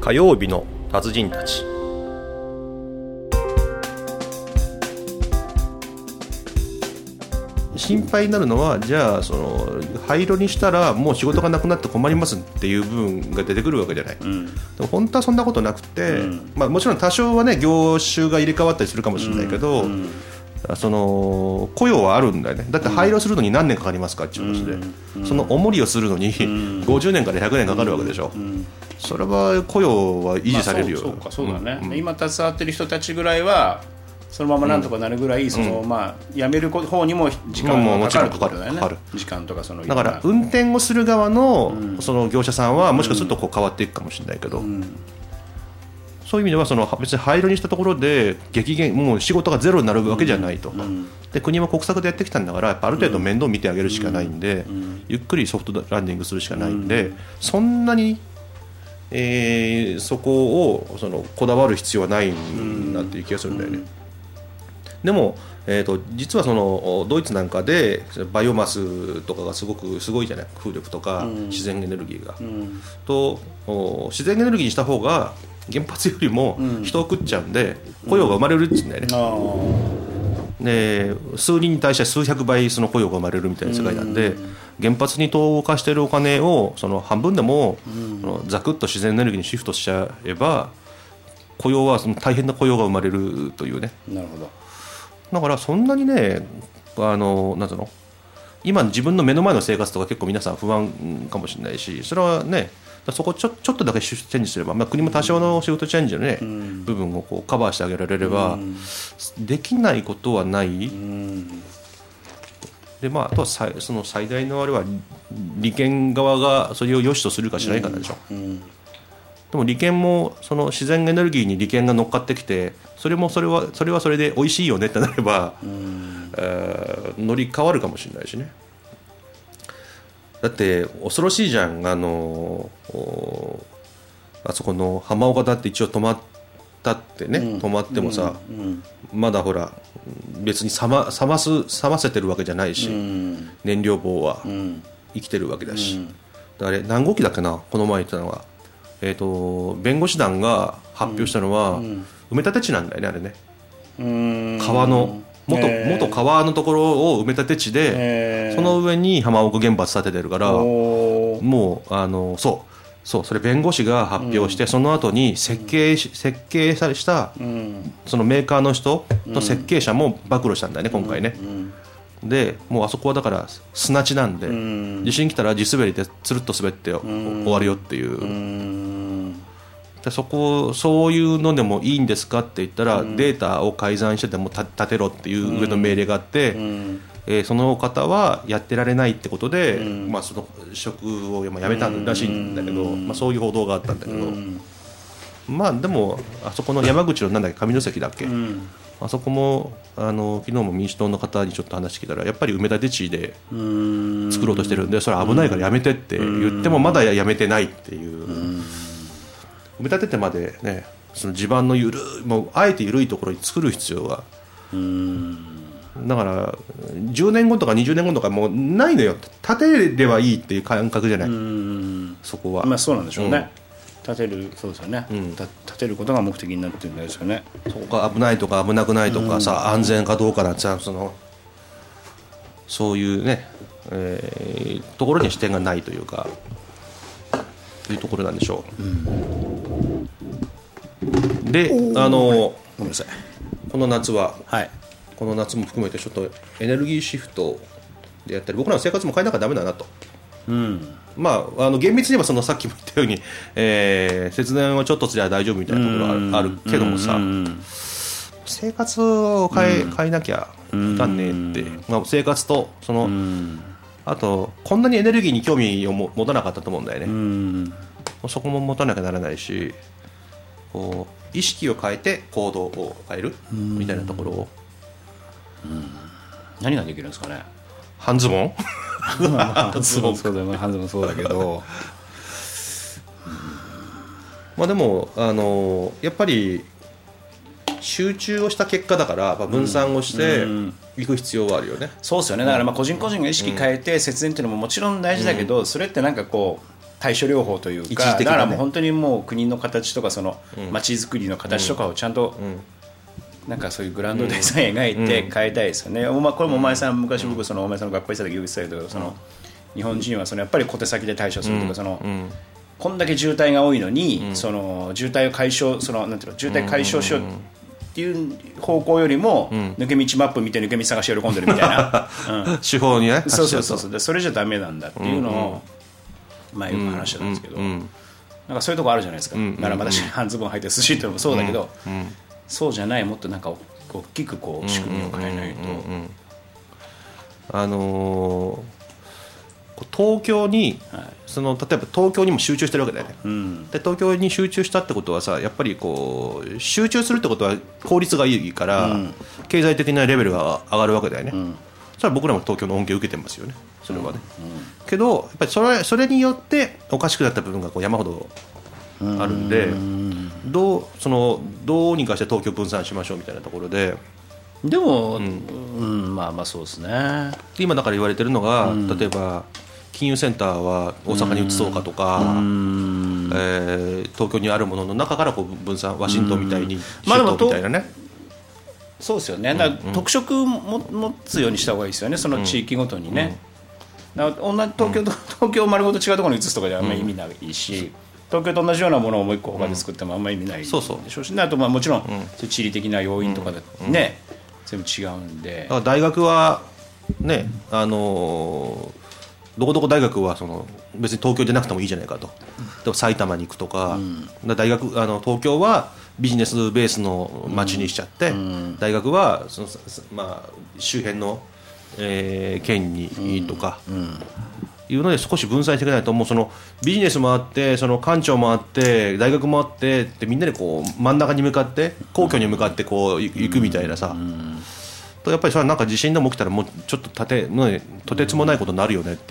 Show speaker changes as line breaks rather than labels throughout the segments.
火曜日の達人たち。心配になるのは、じゃあその廃炉にしたらもう仕事がなくなって困りますっていう部分が出てくるわけじゃない、でも本当はそんなことなくて、もちろん多少はね業種が入れ替わったりするかもしれないけど、その雇用はあるんだよね。だって廃炉するのに何年かかりますかっていう話で、その重りをするのに50年から100年かかるわけでしょ、それは雇用は維持されるよ。
そうだね、今携わってる人たちぐらいはそのままなんとかなるぐらい、辞める方にも時間がかかるってことだよね。時間とかその
だから運転をする側のその業者さんはもしかするとこう変わっていくかもしれないけど、そういう意味ではその別に廃炉にしたところで激減もう仕事がゼロになるわけじゃないと、で国も国策でやってきたんだから、やっぱある程度面倒見てあげるしかないんで、ゆっくりソフトランディングするしかないんで、そんなにそこをそのこだわる必要はないなっていう気がするんだよね。でも、実はそのドイツなんかでバイオマスとかがすごいじゃない、風力とか自然エネルギーが、と自然エネルギーにした方が原発よりも人を食っちゃうんで雇用が生まれるって言うんだよね、で数人に対して数百倍その雇用が生まれるみたいな世界なんで、原発に投下しているお金をその半分でもザクッと自然エネルギーにシフトしちゃえば雇用はその大変な雇用が生まれるというね。
なるほど。
だからそんなにね、なんていうの、今自分の目の前の生活とか結構皆さん不安かもしれないし、それはねそこちょっとだけチェンジすれば、国も多少の仕事チェンジのね、部分をこうカバーしてあげられれば、できないことはない、であとはその最大のあれは利権側がそれを良しとするかしないかなんでしょ、でも利権もその自然エネルギーに利権が乗っかってきて、それはそれで美味しいよねってなれば、乗り換わるかもしれないしね。だって恐ろしいじゃん、あそこの浜岡だって一応止まったってね、止まってもさ、まだほら別に冷ませてるわけじゃないし、燃料棒は生きてるわけだし、あれ何号機だっけな、この前言ったのは弁護士団が発表したのは、埋め立て地なんだよね、あれね。川の元川のところを埋め立て地で、その上に浜岡原発建ててるから、もうそれ弁護士が発表して、その後に設計したそのメーカーの人の設計者も暴露したんだよね、今回ね。でもうあそこはだから砂地なんで、地震来たら地滑りでつるっと滑って終わるよっていう、でそういうのでもいいんですかって言ったら、データを改ざんしてでも立てろっていう上の命令があって、その方はやってられないってことで、その職を辞めたらしいんだけど、そういう報道があったんだけど、でもあそこの山口のなんだっけ、上関だっけ、あそこも昨日も民主党の方にちょっと話聞いたら、やっぱり埋め立て地で作ろうとしてるんで、それ危ないからやめてって言ってもまだやめてないっていう、埋め立ててまでね、その地盤のもうあえて緩いところに作る必要が、だから10年後とか20年後とかもうないのよ。建てればいいっていう感覚じゃない、そこは。
そうなんでしょうね、そうですよね、建てることが目的になってるんですよね。
そこが危ないとか危なくないとかさ、安全かどうかなんてさ、そういうね、ところに視点がないというか、というところなんでしょう。で、ごめんなさい、この夏は、この夏も含めてちょっとエネルギーシフトでやったり、僕らの生活も変えなきゃダメだなと。厳密にはさっきも言ったように、節電はちょっとすりゃ大丈夫みたいなところはあるけどもさ、生活を変えなきゃいかんねって、生活とあとこんなにエネルギーに興味を持たなかったと思うんだよね。そこも持たなきゃならないし、こう意識を変えて行動を変えるみたいなところを、
何ができるんですかね。
半ズボン
半ズボンそうだけど
でもやっぱり集中をした結果だから、分散をしていく必要はあるよね。
そうですよね。だから個人個人が意識変えて節電っていうのももちろん大事だけど、それってなんかこう対処療法というか、だからもう本当にもう国の形とかその街づくりの形とかをちゃんとなんかそういうグランドデザイン描いて変えたいですよね。これもお前さん昔僕そのお前さんの学校行ってた時よく言ってたけど、その日本人はそのやっぱり小手先で対処するとか、そのこんだけ渋滞が多いのにその渋滞を解消そのなんていうの渋滞解消しようっていう方向よりも抜け道マップ見て抜け道探し喜んでるみたいな
手法にね、
そうそれじゃダメなんだっていうのをまあよく話してたんですけど、なんかそういうとこあるじゃないですか。だから私半ズボン履いて寿司ってのもそうだけど、そうじゃないもっとなんか大きくこう仕組みを変えないと。
東京に、その例えば東京にも集中してるわけだよね、で東京に集中したってことはさ、やっぱりこう集中するってことは効率がいいから、経済的なレベルが上がるわけだよね、そしたら僕らも東京の恩恵を受けてますよね、それはね、けどやっぱりそれによっておかしくなった部分がこう山ほどあるんで、どうにかして東京分散しましょうみたいなところで、
でも、まあまあそうですね。
今だから言われてるのが、例えば金融センターは大阪に移そうかとか、東京にあるものの中からこう分散、ワシントンみたいに首都みたいなね、
そうですよね。だから特色も持つようにした方がいいですよね、その地域ごとにね。だから同じ東京を丸ごと違うところに移すとかじゃあんまり意味ないし、東京と同じようなものをもう一個他で作ってもあんまり意味ないでしょうし、あとまあもちろん地理的な要因とかでね、全部違うんで。
だから大学はね、どこどこ大学は別に東京でなくてもいいじゃないかと、でも埼玉に行くとか、大学東京はビジネスベースの街にしちゃって、大学はまあ、周辺の、県にとか、いうので少し分散していかないと、もうそのビジネスもあってその官庁もあって大学もあってってみんなでこう真ん中に向かって皇居に向かってこう行くみたいなさ、とやっぱりそれはなんか地震でも起きたらもうちょっととてつもないことになるよねって、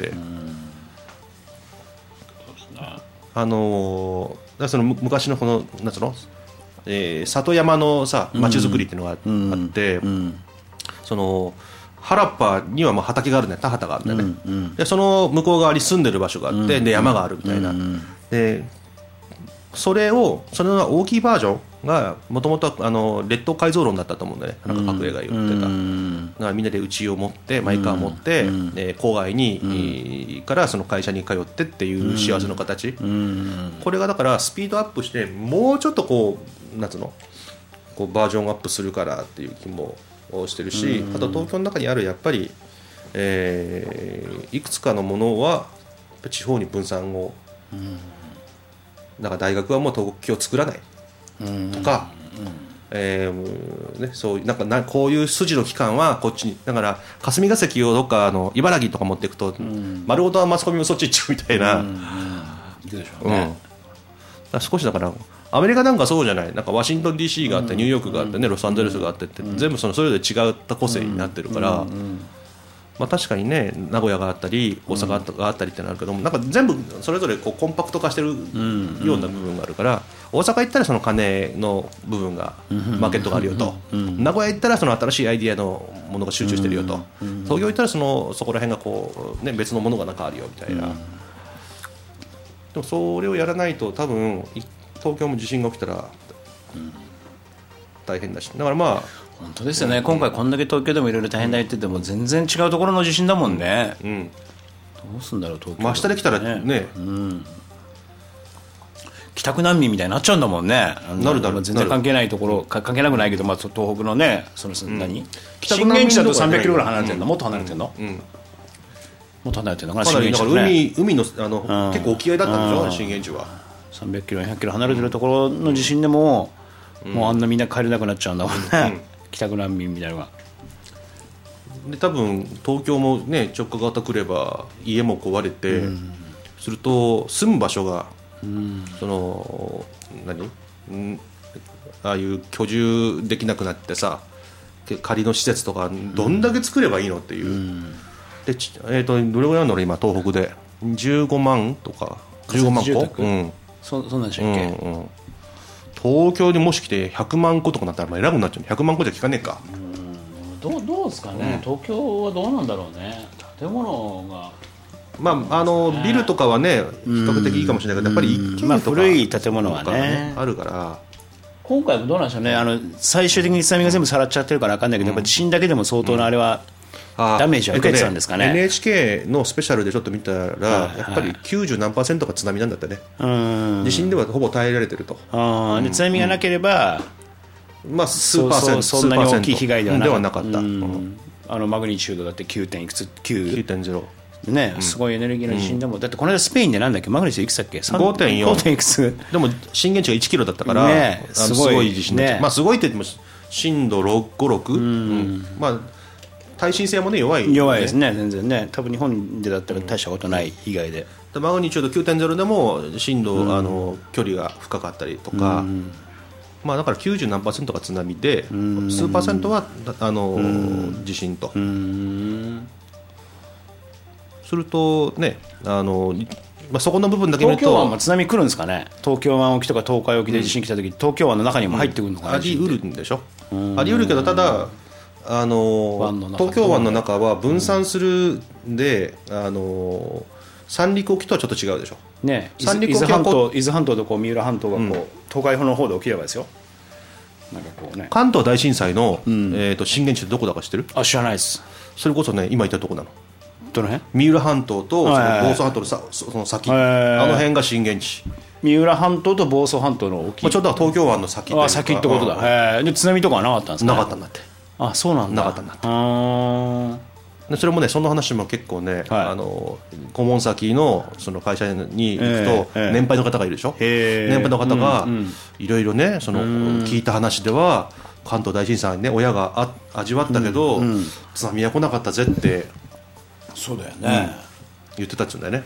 その昔のこのなんつうの、里山のさ町づくりっていうのがあって、その原っぱにはもう畑があるね、田畑があるんだよね、でその向こう側に住んでる場所があって、で山があるみたいな、でそれの大きいバージョンがもともと列島改造論だったと思うんだよね、なんか角栄が言ってた、だからみんなで家を持ってマイカーを持って、郊外に、からその会社に通ってっていう幸せの形、これがだからスピードアップしてもうちょっとこうなんつうのこうバージョンアップするからっていう気もしてるし、あと東京の中にあるやっぱり、いくつかのものは地方に分散を、だから大学はもう東京を作らないとか、そういうなんかこういう筋の機関はこっちに、だから霞が関をどっか茨城とか持っていくと、丸ごとマスコミもそっち行っちゃうみたいな、少しだからアメリカなんかそうじゃない、なんかワシントン DC があってニューヨークがあってね、ロサンゼルスがあってって、全部それぞれ違った個性になってるから、まあ、確かにね名古屋があったり大阪があったりってなるけども、なんか全部それぞれこうコンパクト化してるような部分があるから、大阪行ったらその金の部分がマーケットがあるよと、名古屋行ったらその新しいアイディアのものが集中してるよと、東京行ったらそこら辺がこう、ね、別のものがなんかあるよみたいな、でもそれをやらないと多分東京も地震が起きたら大変だし、だからまあ
本当ですよね、今回こんだけ東京でもいろいろ大変だ言ってても全然違うところの地震だもんね、どうすんだろう東京、
真下で来たらね、
帰宅難民みたいになっちゃうんだもんね、
なるだろう、
全然関係ないところ、関係なくないけど、まあ、東北のね、何震源地だと300キロぐらい離れてるの、もっと離れてるの、もっと離れてるのかな、震源地とね、
海の結構沖合だったんでしょ、震源地は。
300キロ、400キロ離れてるところの地震でも、もうあんなみんな帰れなくなっちゃうんだもんね、帰宅難民みたいなのが。
で多分東京もね直下型来れば家も壊れて、すると住む場所が、そのああいう居住できなくなってさ、仮の施設とかどんだけ作ればいいのっていう、でどれぐらいあるの今東北で15万とか15万個、
そんなんでしたっけ、
東京にもし来て100万個とかなったら偉くなっちゃう。100万個じゃ聞かねえか。
どうですかね、東京はどうなんだろうね、建物が
ビルとかはね比較的いいかもしれないけど、やっぱり一軒家とか、
古い建物はね
あるから。
今回もどうなんでしょうね、最終的に津波が全部さらっちゃってるから分かんないけど、やっぱ地震だけでも相当なあれは、ダメージは受けてたんですかね。
NHK のスペシャルでちょっと見たら、やっぱり90何%が津波なんだってね。地震ではほぼ耐えられてると。
で津波がなければ、
数パーセント、
そんなに大きい被害では
なかった。
マグニチュードだって 9. いくつ
9.0
ね、すごいエネルギーの地震でも、だってこの間スペインでなんだっけ、マグニチュードいくつだっけ、
5.4
いくつ
でも震源地が1キロだったから、
ね、すごい
地震で、すごいって言っても震度6、5、6、耐震性もね弱い
ですね、全然ね、多分日本でだったら大したことない以外で、
マグニチュード 9.0 でも震度、距離が深かったりとか、だから90何%が津波で、数パーセントは地震と。するとね、そこの部分だけ見ると、
東京湾も津波来るんですかね、東京湾沖とか東海沖で地震来た時、東京湾の中にも入ってくるのかな、
あり得るんでしょ、あり得るけど、ただ東京湾の中は分散するんで、三陸沖とはちょっと違うでしょ、
ね、伊豆半島と三浦半島が東海の方で起きればですよ、なんかこうね、
関東大震災の、震源地ってどこだか知ってる？
知らないです。
それこそね、今言ったとこなの。
どの辺？
三浦半島と房総半島のその先、あの辺が震源地。
三浦半島と房総半島の沖、
ちょっと東京湾の先
先ってことだ。で津波とかはなかったんですか？
なかったんだって。
そうなんだ。
なかったんだって。それもね、その話も結構ね、顧問先のその会社に行くと、年配の方がいるでしょ。年配の方がいろいろね、その聞いた話では、関東大震災ね、親が味わったけど、津波は来なかったぜって。
そうだよね、
言ってたっちゅうんだよね。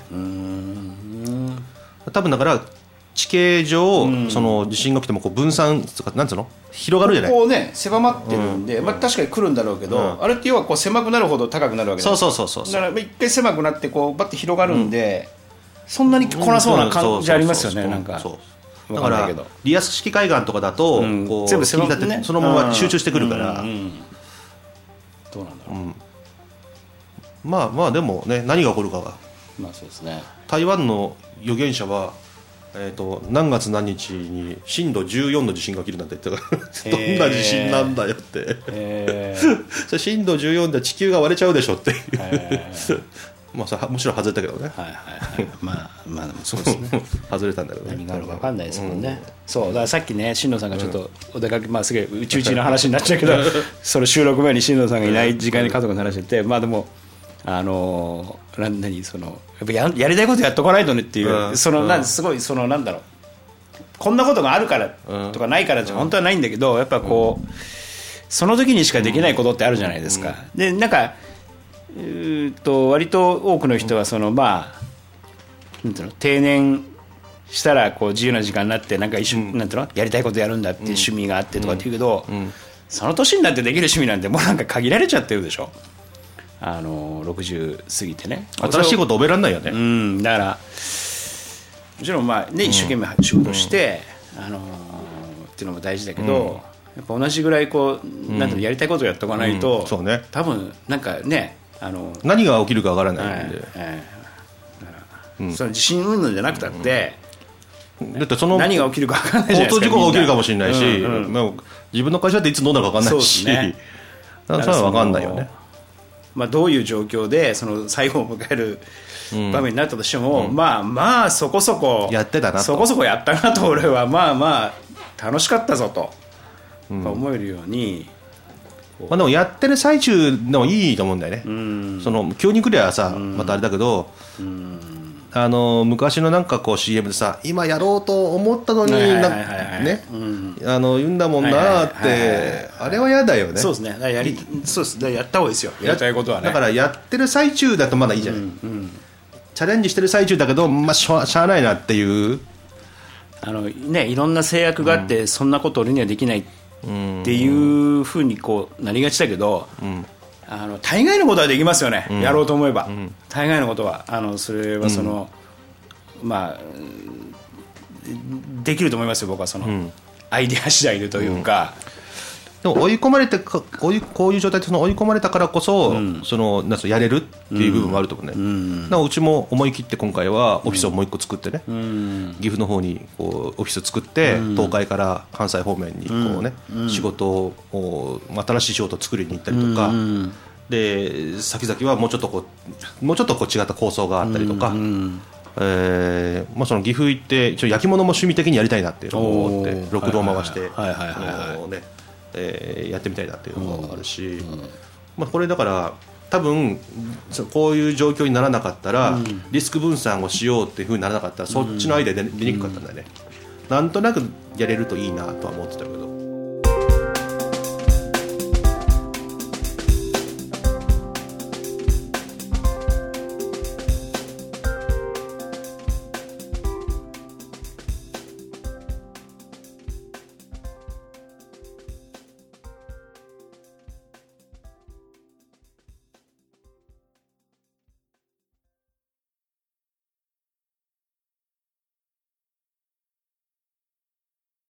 多分だから地形上、その地震が起きてもこう分散とか、なんつうの、広がるじゃない。
こうね、狭まってるんで、確かに来るんだろうけど、あれって要はこう狭くなるほど高くなるわけだ。
そう
だから一回狭くなってこうバッて広がるんで、そんなに来なそうな感じありますよね、なんか。
だからリアス式海岸とかだと、こう
全部狭くね、
そのまま集中してくるから。
どうなんだろう。
でもね、何が起こるかが、
そうですね。
台湾の預言者は、何月何日に震度14の地震が起きるなんて言ってたからどんな地震なんだよってそれ震度14で地球が割れちゃうでしょってそれもちろん外れたけどね。
そうですね
外れたんだけどね。
何があるか分かんないですもんね。そうだからさっきね、進藤さんがちょっとお出かけ、すげえうちの話になっちゃうけどそれ収録前に進藤さんがいない時間に家族の話してて、でもそのやりたいことやっとかないとねっていう、すごいなんだろう、こんなことがあるからとかないからじゃ本当はないんだけど、やっぱこう、その時にしかできないことってあるじゃないですか。でなんか割と多くの人はなんていうの、定年したらこう自由な時間になってなんか一緒に、なんていうの、やりたいことやるんだっていう趣味があってとかって言うけど、その年になってできる趣味なんてもうなんか限られちゃってるでしょ。60過ぎてね、
新しいこと覚えられないよね。
だからもちろん一生懸命仕事して、っていうのも大事だけど、やっぱ同じぐらいこう、なんていうの、やりたいことをやっておかないと、
そうね、
多分なんかね、
何が起きるかわからないんで、
その地震云々じゃなくたって、
だってその
何が起きるか分からないじゃないですか。
交通事故が起きるかもしれないし、自分の会社っていつどうなるか分からないし、それは分かんないよね。
どういう状況でその最後を迎える場面になったとしても、そこそこ
やってたなと、
そこそこやったなと、俺は楽しかったぞと、思えるように、
でもやってる最中でもいいと思うんだよね。その急に来りゃさ、またあれだけど、昔のなんかこう CM でさ、今やろうと思ったのにね、言うんだもんなって、あれは嫌だよね。
そうですね。そうです。やった方がいいですよ。やりたいことはね。
だからやってる最中だとまだいいじゃない。チャレンジしてる最中だけど、しゃあないなっていう。
いろんな制約があって、そんなこと俺にはできないっていうふうにこうなりがちだけど。大概のことはできますよね、やろうと思えば、大概のことはそれはできると思いますよ、僕はアイデア次第でというか、
でも追い込まれてこういう状態で追い込まれたからこそ、なんかやれるっていう部分もあると思うね。だからうちも思い切って今回はオフィスをもう一個作ってね、岐阜の方にこうオフィス作って、東海から関西方面にこうね、仕事を新しい仕事を作りに行ったりとか、で先々はもうちょっとこう違った構想があったりとか、その岐阜行って一応焼き物も趣味的にやりたいなっていうのを思ってろくろを回してやってみたいなっていうのもあるし、これだから多分こういう状況にならなかったら、リスク分散をしようっていう風にならなかったら、そっちのアイデア出にくかったんだよね。なんとなくやれるといいなとは思ってたけど。